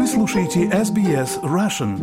Вы слушаете SBS Russian.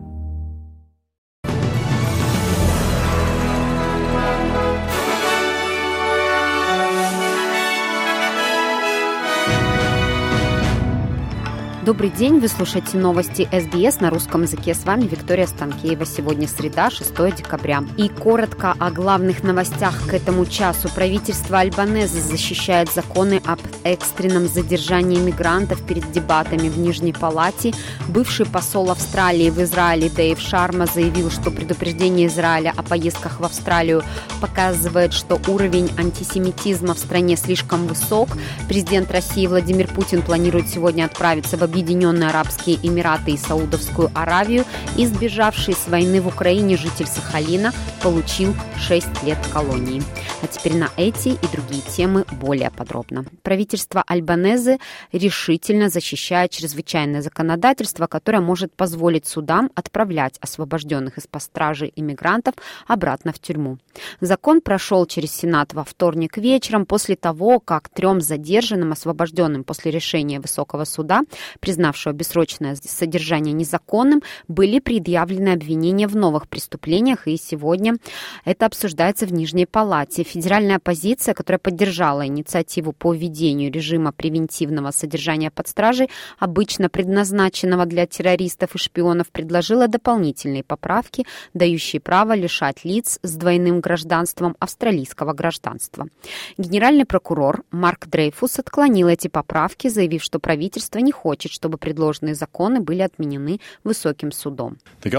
Добрый день, вы слушаете новости СБС на русском языке. С вами Виктория Станкеева. Сегодня среда, 6 декабря. И коротко о главных новостях к этому часу. Правительство Альбанезы защищает законы об экстренном задержании мигрантов перед дебатами в Нижней Палате. Бывший посол Австралии в Израиле Дэйв Шарма заявил, что предупреждение Израиля о поездках в Австралию показывает, что уровень антисемитизма в стране слишком высок. Президент России Владимир Путин планирует сегодня отправиться в Объединенные Арабские Эмираты и Саудовскую Аравию, и сбежавший с войны в Украине житель Сахалина получил 6 лет колонии. А теперь на эти и другие темы более подробно. Правительство Альбанезы решительно защищает чрезвычайное законодательство, которое может позволить судам отправлять освобожденных из-под стражи иммигрантов обратно в тюрьму. Закон прошел через Сенат во вторник вечером после того, как 3 задержанным, освобожденным после решения Высокого суда, признавшего бессрочное содержание незаконным, были предъявлены обвинения в новых преступлениях, и сегодня это обсуждается в Нижней Палате. Федеральная оппозиция, которая поддержала инициативу по введению режима превентивного содержания под стражей, обычно предназначенного для террористов и шпионов, предложила дополнительные поправки, дающие право лишать лиц с двойным гражданством австралийского гражданства. Генеральный прокурор Марк Дрейфус отклонил эти поправки, заявив, что правительство не хочет, чтобы предложенные законы были отменены высоким судом.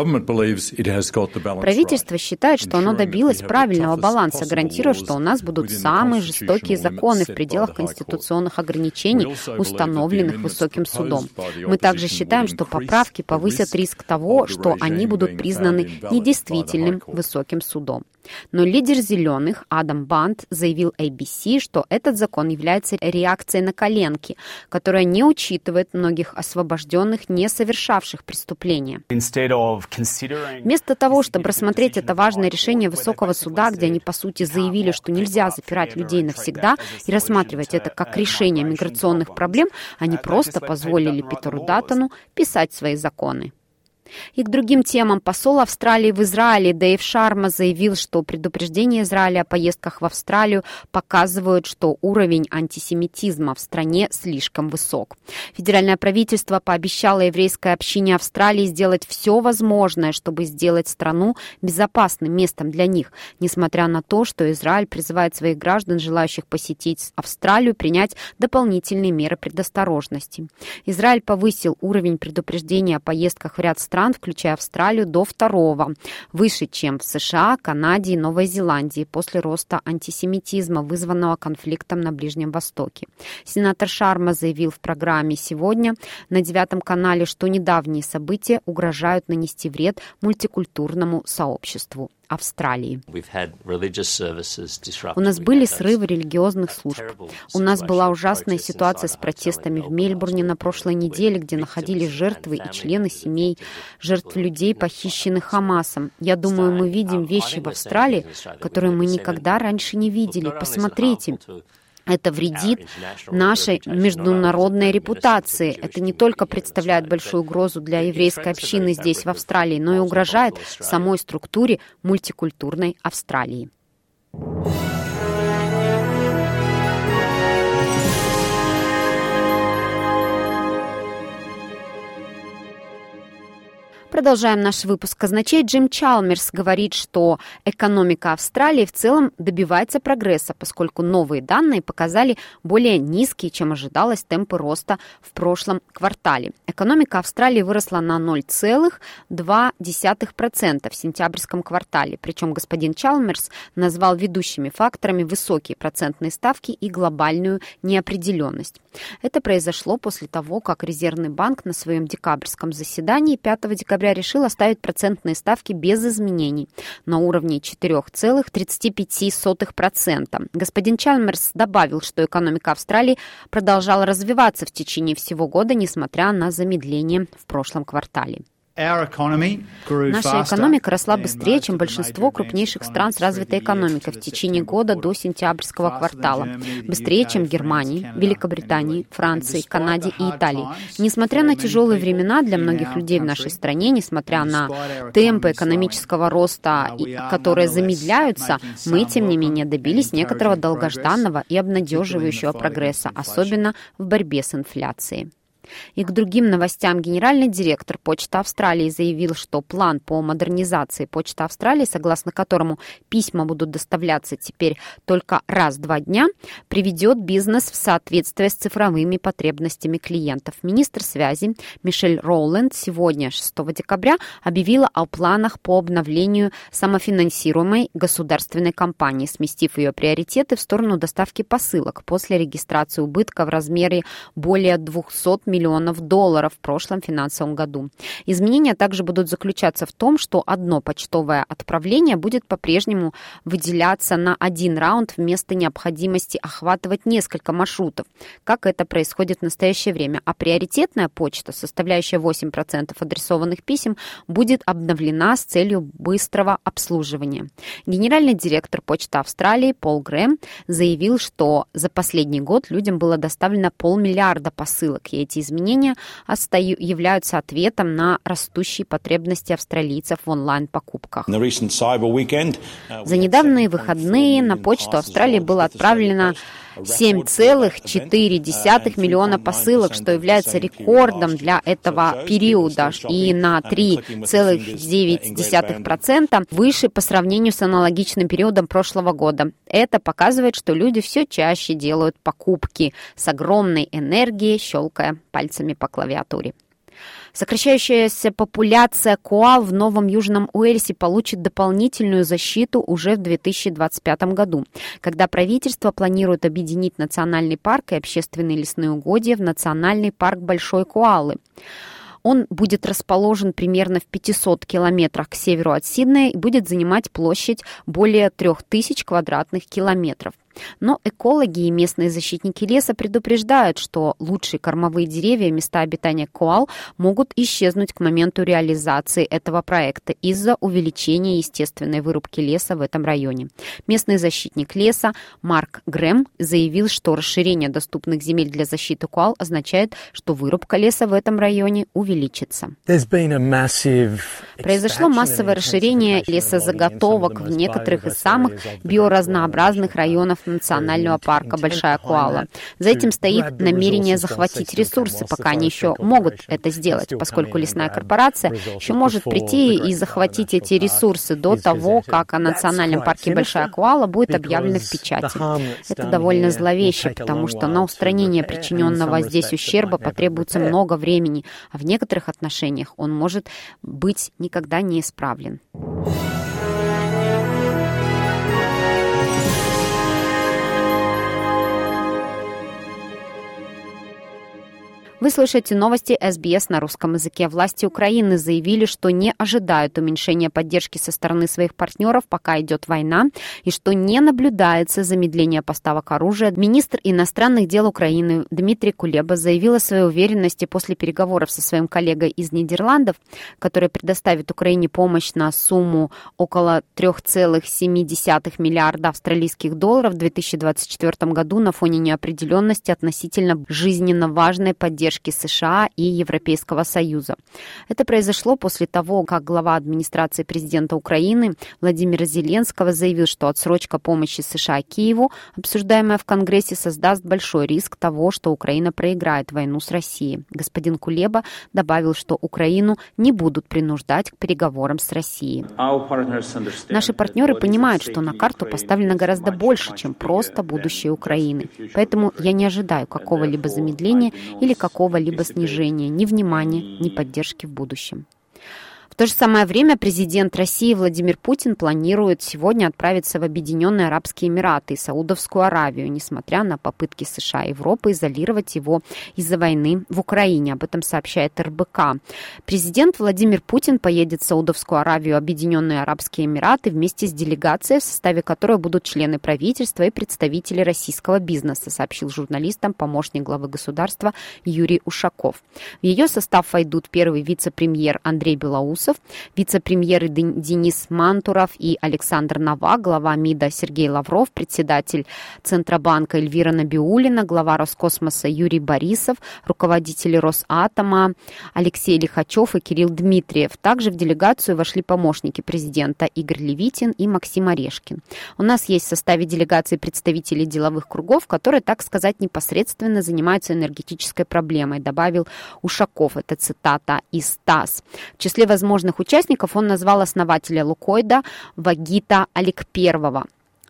Правительство считает, что оно добилось правильного баланса, гарантируя, что у нас будут самые жестокие законы в пределах конституционных ограничений, установленных высоким судом. Мы также считаем, что поправки повысят риск того, что они будут признаны недействительным высоким судом. Но лидер «Зеленых» Адам Бант заявил ABC, что этот закон является реакцией на коленки, которая не учитывает многих освобожденных, не совершавших преступления. Вместо того, чтобы рассмотреть это важное решение Высокого суда, где они, по сути, заявили, что нельзя запирать людей навсегда, и рассматривать это как решение миграционных проблем, они просто позволили Питеру Даттону писать свои законы. И к другим темам. Посол Австралии в Израиле Дэйв Шарма заявил, что предупреждения Израиля о поездках в Австралию показывают, что уровень антисемитизма в стране слишком высок. Федеральное правительство пообещало еврейской общине Австралии сделать все возможное, чтобы сделать страну безопасным местом для них, несмотря на то, что Израиль призывает своих граждан, желающих посетить Австралию, принять дополнительные меры предосторожности. Израиль повысил уровень предупреждения о поездках в ряд стран, включая Австралию, до 2, выше, чем в США, Канаде и Новой Зеландии после роста антисемитизма, вызванного конфликтом на Ближнем Востоке. Сенатор Шарма заявил в программе «Сегодня» на 9 канале, что недавние события угрожают нанести вред мультикультурному сообществу Австралии. У нас были срывы религиозных служб. У нас была ужасная ситуация с протестами в Мельбурне на прошлой неделе, где находились жертвы и члены семей, жертв людей, похищенных Хамасом. Я думаю, мы видим вещи в Австралии, которые мы никогда раньше не видели. Посмотрите. Это вредит нашей международной репутации. Это не только представляет большую угрозу для еврейской общины здесь, в Австралии, но и угрожает самой структуре мультикультурной Австралии. Продолжаем наш выпуск казначей Джим Чалмерс говорит, что экономика Австралии в целом добивается прогресса, поскольку новые данные показали более низкие, чем ожидалось, темпы роста в прошлом квартале. Экономика Австралии выросла на 0,2% в сентябрьском квартале. Причем господин Чалмерс назвал ведущими факторами высокие процентные ставки и глобальную неопределенность. Это произошло после того, как Резервный банк на своем декабрьском заседании 5 декабря решил оставить процентные ставки без изменений на уровне 4,35%. Господин Чалмерс добавил, что экономика Австралии продолжала развиваться в течение всего года, несмотря на замедление в прошлом квартале. Наша экономика росла быстрее, чем большинство крупнейших стран с развитой экономикой в течение года до сентябрьского квартала. Быстрее, чем Германии, Великобритании, Франции, Канаде и Италии. Несмотря на тяжелые времена для многих людей в нашей стране, несмотря на темпы экономического роста, которые замедляются, мы, тем не менее, добились некоторого долгожданного и обнадеживающего прогресса, особенно в борьбе с инфляцией. И к другим новостям. Генеральный директор Почты Австралии заявил, что план по модернизации Почты Австралии, согласно которому письма будут доставляться теперь только раз в 2 дня, приведет бизнес в соответствие с цифровыми потребностями клиентов. Министр связи Мишель Роуленд сегодня, 6 декабря, объявила о планах по обновлению самофинансируемой государственной компании, сместив ее приоритеты в сторону доставки посылок после регистрации убытка в размере более $200 миллионов в прошлом финансовом году. Изменения также будут заключаться в том, что одно почтовое отправление будет по-прежнему выделяться на один раунд вместо необходимости охватывать несколько маршрутов, как это происходит в настоящее время, а приоритетная почта, составляющая 8% адресованных писем, будет обновлена с целью быстрого обслуживания. Генеральный директор Почты Австралии Пол Грэм заявил, что за последний год людям было доставлено 500 миллиона посылок, и эти изменения являются ответом на растущие потребности австралийцев в онлайн-покупках. За недавние выходные на Почту Австралии было отправлено 7,4 миллиона посылок, что является рекордом для этого периода и на 3,9% выше по сравнению с аналогичным периодом прошлого года. Это показывает, что люди все чаще делают покупки с огромной энергией, щелкая пальцами по клавиатуре. Сокращающаяся популяция коал в Новом Южном Уэльсе получит дополнительную защиту уже в 2025 году, когда правительство планирует объединить национальный парк и общественные лесные угодья в национальный парк Большой Коалы. Он будет расположен примерно в 500 километрах к северу от Сиднея и будет занимать площадь более 3000 квадратных километров. Но экологи и местные защитники леса предупреждают, что лучшие кормовые деревья и места обитания коал могут исчезнуть к моменту реализации этого проекта из-за увеличения естественной вырубки леса в этом районе. Местный защитник леса Марк Грэм заявил, что расширение доступных земель для защиты коал означает, что вырубка леса в этом районе увеличится. Произошло массовое расширение лесозаготовок в некоторых из самых биоразнообразных районов национального парка Большая Коала. За этим стоит намерение захватить ресурсы, пока они еще могут это сделать, поскольку лесная корпорация еще может прийти и захватить эти ресурсы до того, как о национальном парке Большая Коала будет объявлено в печати. Это довольно зловеще, потому что на устранение причиненного здесь ущерба потребуется много времени, а в некоторых отношениях он может быть никогда не исправлен. Вы слышите новости СБС на русском языке. Власти Украины заявили, что не ожидают уменьшения поддержки со стороны своих партнеров, пока идет война, и что не наблюдается замедление поставок оружия. Министр иностранных дел Украины Дмитрий Кулеба заявил о своей уверенности после переговоров со своим коллегой из Нидерландов, который предоставит Украине помощь на сумму около 3,7 миллиарда австралийских долларов в 2024 году на фоне неопределенности относительно жизненно важной поддержки США и Европейского Союза. Это произошло после того, как глава администрации президента Украины Владимира Зеленского заявил, что отсрочка помощи США Киеву, обсуждаемая в Конгрессе, создаст большой риск того, что Украина проиграет войну с Россией. Господин Кулеба добавил, что Украину не будут принуждать к переговорам с Россией. Наши партнеры понимают, что на карту поставлено гораздо больше, чем просто будущее Украины. Поэтому я не ожидаю какого-либо замедления или какого-либо снижения, ни внимания, ни поддержки в будущем. В то же самое время президент России Владимир Путин планирует сегодня отправиться в Объединенные Арабские Эмираты и Саудовскую Аравию, несмотря на попытки США и Европы изолировать его из-за войны в Украине. Об этом сообщает РБК. Президент Владимир Путин поедет в Саудовскую Аравию, Объединенные Арабские Эмираты вместе с делегацией, в составе которой будут члены правительства и представители российского бизнеса, сообщил журналистам помощник главы государства Юрий Ушаков. В ее состав войдут первый вице-премьер Андрей Белоусов, вице-премьеры Денис Мантуров и Александр Новак, глава МИДа Сергей Лавров, председатель Центробанка Эльвира Набиуллина, глава Роскосмоса Юрий Борисов, руководители Росатома Алексей Лихачев и Кирилл Дмитриев. Также в делегацию вошли помощники президента Игорь Левитин и Максим Орешкин. У нас есть в составе делегации представители деловых кругов, которые, так сказать, непосредственно занимаются энергетической проблемой, добавил Ушаков. Это цитата из ТАСС. В числе возможных участников он назвал основателя Лукойда Вагита Аликперова.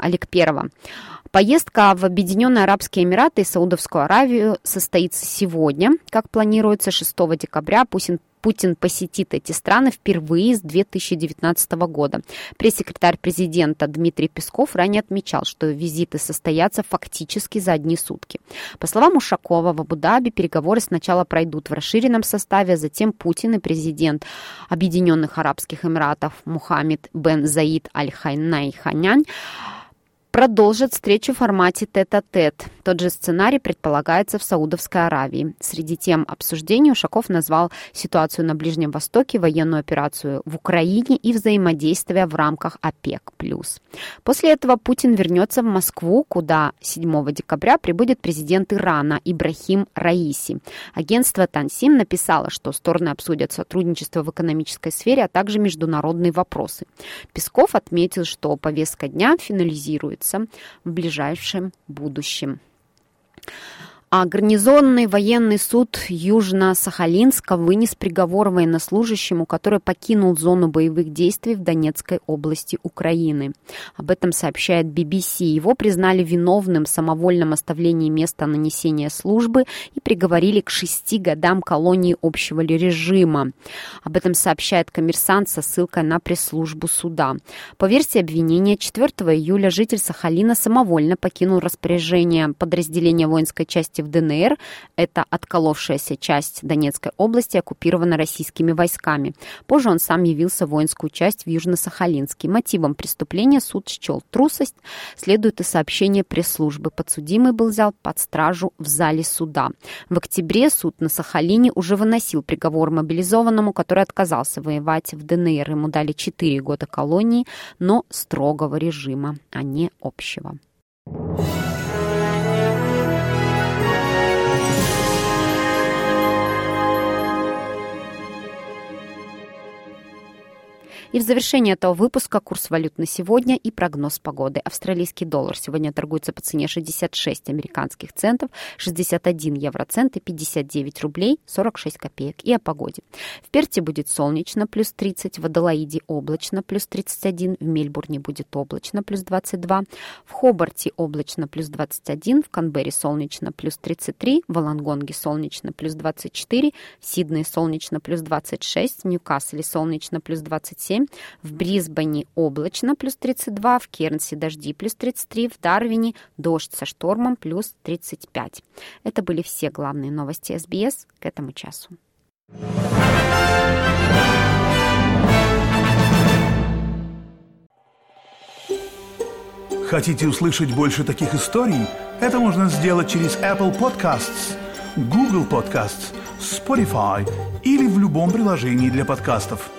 Поездка в Объединенные Арабские Эмираты и Саудовскую Аравию состоится сегодня, как планируется, 6 декабря. Путин посетит эти страны впервые с 2019 года. Пресс-секретарь президента Дмитрий Песков ранее отмечал, что визиты состоятся фактически за одни сутки. По словам Ушакова, в Абу-Даби переговоры сначала пройдут в расширенном составе, затем Путин и президент Объединенных Арабских Эмиратов Мухаммед бен Заид аль-Найханянь продолжат встречу в формате тет-а-тет. Тот же сценарий предполагается в Саудовской Аравии. Среди тем обсуждений Ушаков назвал ситуацию на Ближнем Востоке, военную операцию в Украине и взаимодействие в рамках ОПЕК+. После этого Путин вернется в Москву, куда 7 декабря прибудет президент Ирана Ибрахим Раиси. Агентство Тансим написало, что стороны обсудят сотрудничество в экономической сфере, а также международные вопросы. Песков отметил, что повестка дня финализируется в ближайшем будущем. А гарнизонный военный суд Южно-Сахалинска вынес приговор военнослужащему, который покинул зону боевых действий в Донецкой области Украины. Об этом сообщает BBC. Его признали виновным в самовольном оставлении места нанесения службы и приговорили к 6 годам колонии общего режима. Об этом сообщает «Коммерсант» со ссылкой на пресс-службу суда. По версии обвинения, 4 июля житель Сахалина самовольно покинул распоряжение подразделения воинской части в ДНР, это отколовшаяся часть Донецкой области, оккупирована российскими войсками. Позже он сам явился в воинскую часть в Южно-Сахалинске. Мотивом преступления суд счел трусость, следует и сообщение пресс-службы. Подсудимый был взят под стражу в зале суда. В октябре суд на Сахалине уже выносил приговор мобилизованному, который отказался воевать в ДНР. Ему дали 4 года колонии, но строгого режима, а не общего. И в завершение этого выпуска курс валют на сегодня и прогноз погоды. Австралийский доллар сегодня торгуется по цене 66 американских центов, 61 евроцент и 59 рублей 46 копеек. И о погоде. В Перте будет солнечно, плюс 30, в Аделаиде облачно, плюс 31, в Мельбурне будет облачно, плюс 22, в Хобарте облачно, плюс 21, в Канберре солнечно, плюс 33, в Волонгонге солнечно, плюс 24, в Сиднее солнечно, плюс 26, в Ньюкасле солнечно, плюс 27, в Брисбене облачно, плюс 32, в Кернсе дожди, плюс 33, в Дарвине дождь со штормом, плюс 35. Это были все главные новости СБС к этому часу. Хотите услышать больше таких историй? Это можно сделать через Apple Podcasts, Google Podcasts, Spotify или в любом приложении для подкастов.